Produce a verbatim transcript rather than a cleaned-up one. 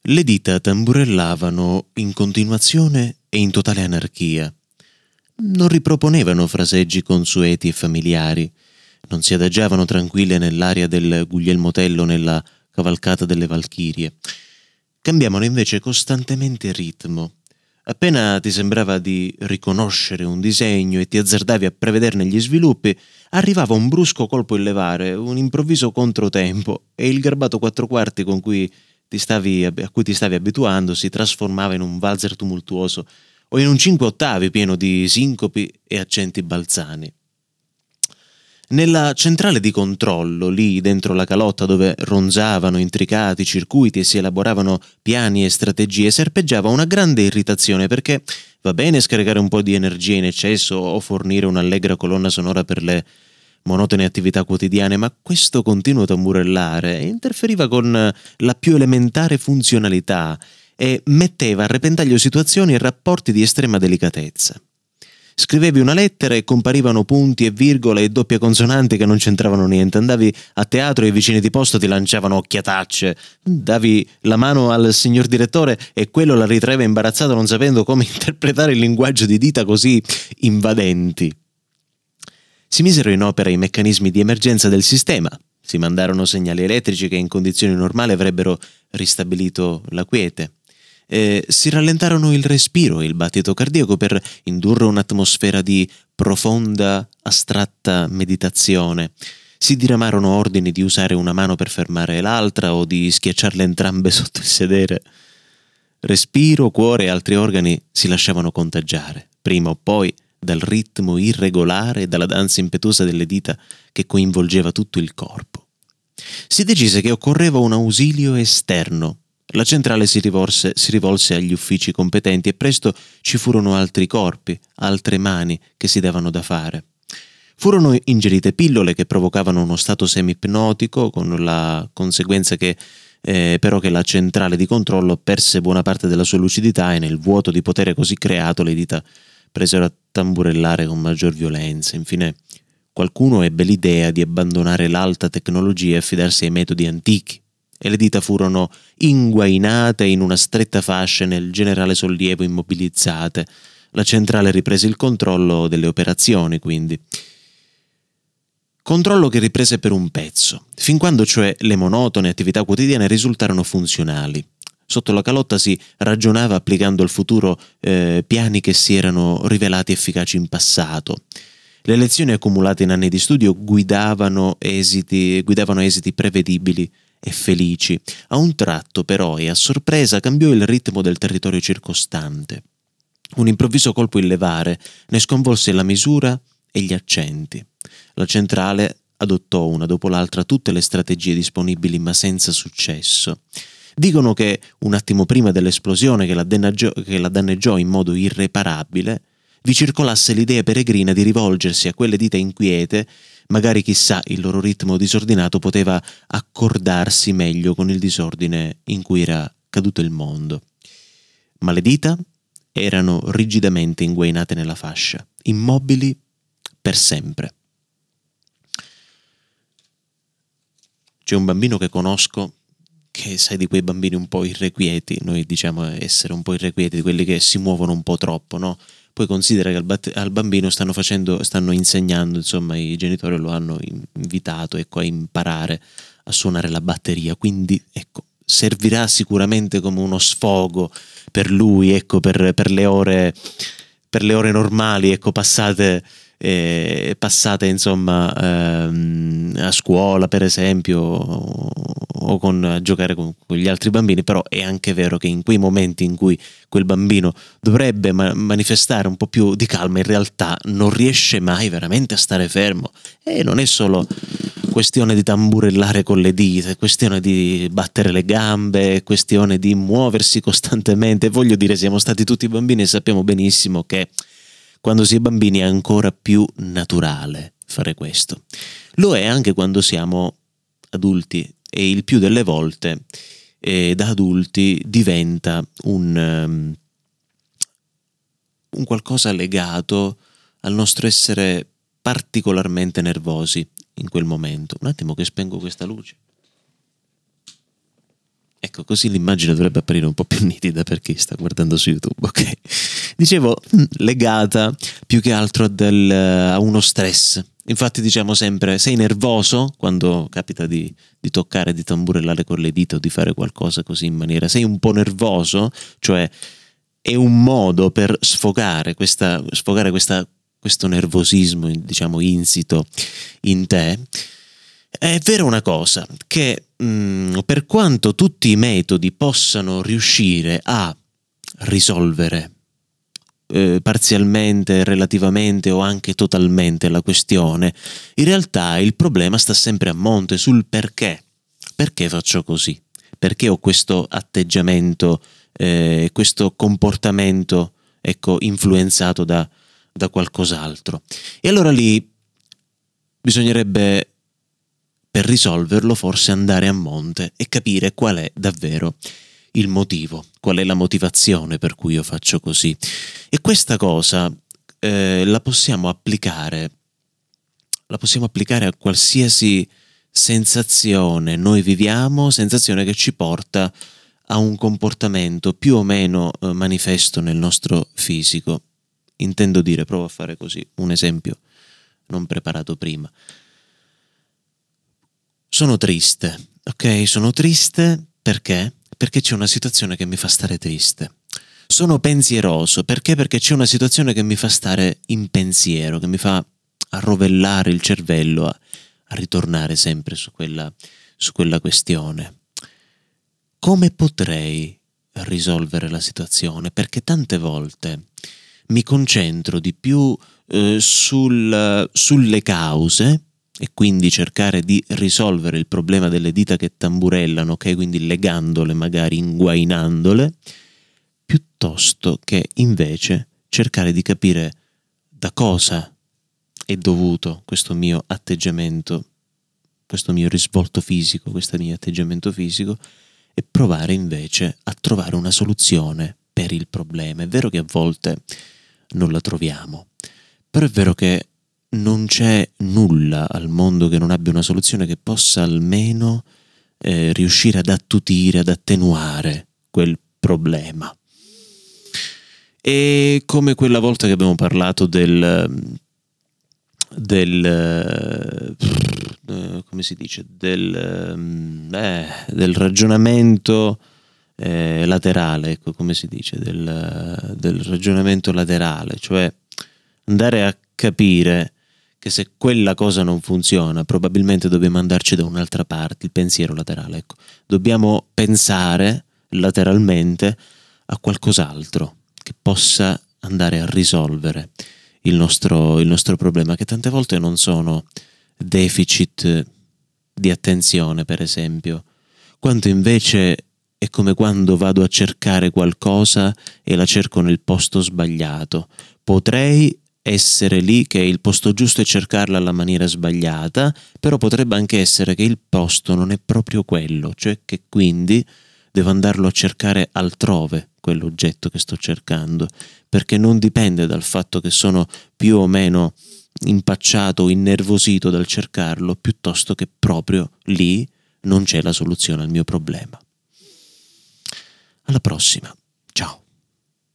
Le dita tamburellavano in continuazione e in totale anarchia. Non riproponevano fraseggi consueti e familiari, non si adagiavano tranquille nell'aria del Guglielmo Tello nella cavalcata delle Valchirie. Cambiavano invece costantemente ritmo. Appena ti sembrava di riconoscere un disegno e ti azzardavi a prevederne gli sviluppi, arrivava un brusco colpo in levare, un improvviso controtempo, e il garbato quattro quarti con cui ti stavi, a cui ti stavi abituando si trasformava in un valzer tumultuoso o in un cinque ottavi pieno di sincopi e accenti balzani. Nella centrale di controllo, lì dentro la calotta dove ronzavano intricati circuiti e si elaboravano piani e strategie, serpeggiava una grande irritazione, perché va bene scaricare un po' di energia in eccesso o fornire un'allegra colonna sonora per le monotone attività quotidiane, ma questo continuo tamburellare interferiva con la più elementare funzionalità e metteva a repentaglio situazioni e rapporti di estrema delicatezza. Scrivevi una lettera e comparivano punti e virgole e doppie consonanti che non c'entravano niente. Andavi a teatro e i vicini di posto ti lanciavano occhiatacce. Davi la mano al signor direttore e quello la ritraeva imbarazzato, non sapendo come interpretare il linguaggio di dita così invadenti. Si misero in opera i meccanismi di emergenza del sistema. Si mandarono segnali elettrici che in condizioni normali avrebbero ristabilito la quiete. Eh, si rallentarono il respiro e il battito cardiaco per indurre un'atmosfera di profonda, astratta meditazione. Si diramarono ordini di usare una mano per fermare l'altra o di schiacciarle entrambe sotto il sedere. Respiro, cuore e altri organi si lasciavano contagiare, prima o poi, dal ritmo irregolare e dalla danza impetuosa delle dita che coinvolgeva tutto il corpo. Si decise che occorreva un ausilio esterno. La centrale si rivolse, si rivolse agli uffici competenti e presto ci furono altri corpi, altre mani che si davano da fare. Furono ingerite pillole che provocavano uno stato semi-ipnotico, con la conseguenza che eh, però che la centrale di controllo perse buona parte della sua lucidità e nel vuoto di potere così creato le dita presero a tamburellare con maggior violenza. Infine qualcuno ebbe l'idea di abbandonare l'alta tecnologia e affidarsi ai metodi antichi, e le dita furono inguainate in una stretta fascia nel generale sollievo, immobilizzate. La centrale riprese il controllo delle operazioni, quindi. Controllo che riprese per un pezzo, fin quando cioè le monotone attività quotidiane risultarono funzionali. Sotto la calotta si ragionava applicando al futuro eh, piani che si erano rivelati efficaci in passato. Le lezioni accumulate in anni di studio guidavano esiti, guidavano esiti prevedibili e felici. A un tratto però e a sorpresa cambiò il ritmo del territorio circostante. Un improvviso colpo in levare ne sconvolse la misura e gli accenti. La centrale adottò una dopo l'altra tutte le strategie disponibili, ma senza successo. Dicono che un attimo prima dell'esplosione che la danneggiò, che la danneggiò in modo irreparabile, vi circolasse l'idea peregrina di rivolgersi a quelle dita inquiete. Magari, chissà, il loro ritmo disordinato poteva accordarsi meglio con il disordine in cui era caduto il mondo. Ma le dita erano rigidamente inguainate nella fascia, immobili per sempre. C'è un bambino che conosco che, sai, di quei bambini un po' irrequieti, noi diciamo essere un po' irrequieti, di quelli che si muovono un po' troppo, no? Poi considera che al, bat- al bambino stanno facendo, stanno insegnando, insomma, i genitori lo hanno invitato, ecco, a imparare a suonare la batteria, quindi ecco, servirà sicuramente come uno sfogo per lui, ecco, per, per le ore per le ore normali, ecco, passate eh, passate insomma ehm, a scuola, per esempio, o, o con a giocare con, con gli altri bambini. Però è anche vero che in quei momenti in cui quel bambino dovrebbe ma- manifestare un po' più di calma, in realtà non riesce mai veramente a stare fermo, e non è solo questione di tamburellare con le dita, è questione di battere le gambe, è questione di muoversi costantemente. Voglio dire, siamo stati tutti bambini e sappiamo benissimo che quando si è bambini è ancora più naturale fare questo. Lo è anche quando siamo adulti, e il più delle volte eh, da adulti diventa un, um, un qualcosa legato al nostro essere particolarmente nervosi in quel momento. Un attimo che spengo questa luce. Ecco, così l'immagine dovrebbe apparire un po' più nitida per chi sta guardando su YouTube, ok? Dicevo, legata più che altro a, del, a uno stress. Infatti diciamo sempre, sei nervoso quando capita di, di toccare, di tamburellare con le dita o di fare qualcosa così in maniera, sei un po' nervoso, cioè è un modo per sfogare questa, sfogare questa, questo nervosismo, diciamo, insito in te. È vera una cosa, che mh, per quanto tutti i metodi possano riuscire a risolvere eh, parzialmente, relativamente o anche totalmente la questione, in realtà il problema sta sempre a monte sul perché. Perché faccio così? Perché ho questo atteggiamento, eh, questo comportamento, ecco, influenzato da, da qualcos'altro? E allora lì bisognerebbe, per risolverlo, forse andare a monte e capire qual è davvero il motivo, qual è la motivazione per cui io faccio così. E questa cosa eh, la possiamo applicare, la possiamo applicare a qualsiasi sensazione noi viviamo, sensazione che ci porta a un comportamento più o meno eh, manifesto nel nostro fisico. Intendo dire, provo a fare così, un esempio non preparato prima. Sono triste, ok? Sono triste perché? Perché c'è una situazione che mi fa stare triste. Sono pensieroso, perché? Perché c'è una situazione che mi fa stare in pensiero, che mi fa arrovellare il cervello a, a ritornare sempre su quella, su quella questione. Come potrei risolvere la situazione? Perché tante volte mi concentro di più eh, sul, sulle cause, e quindi cercare di risolvere il problema delle dita che tamburellano, ok? Quindi legandole, magari inguainandole, piuttosto che invece cercare di capire da cosa è dovuto questo mio atteggiamento, questo mio risvolto fisico, questo mio atteggiamento fisico, e provare invece a trovare una soluzione per il problema. È vero che a volte non la troviamo, però è vero che non c'è nulla al mondo che non abbia una soluzione che possa almeno eh, riuscire ad attutire, ad attenuare quel problema. E come quella volta che abbiamo parlato del del eh, come si dice del, eh, del ragionamento eh, laterale, ecco, come si dice del, del ragionamento laterale, cioè andare a capire che se quella cosa non funziona, probabilmente dobbiamo andarci da un'altra parte, il pensiero laterale, ecco. Dobbiamo pensare lateralmente a qualcos'altro che possa andare a risolvere il nostro, il nostro problema, che tante volte non sono deficit di attenzione, per esempio, quanto invece è come quando vado a cercare qualcosa e la cerco nel posto sbagliato. Potrei essere lì che il posto giusto è cercarla alla maniera sbagliata, però potrebbe anche essere che il posto non è proprio quello, cioè che quindi devo andarlo a cercare altrove, quell'oggetto che sto cercando, perché non dipende dal fatto che sono più o meno impacciato o innervosito dal cercarlo, piuttosto che proprio lì non c'è la soluzione al mio problema. Alla prossima, ciao!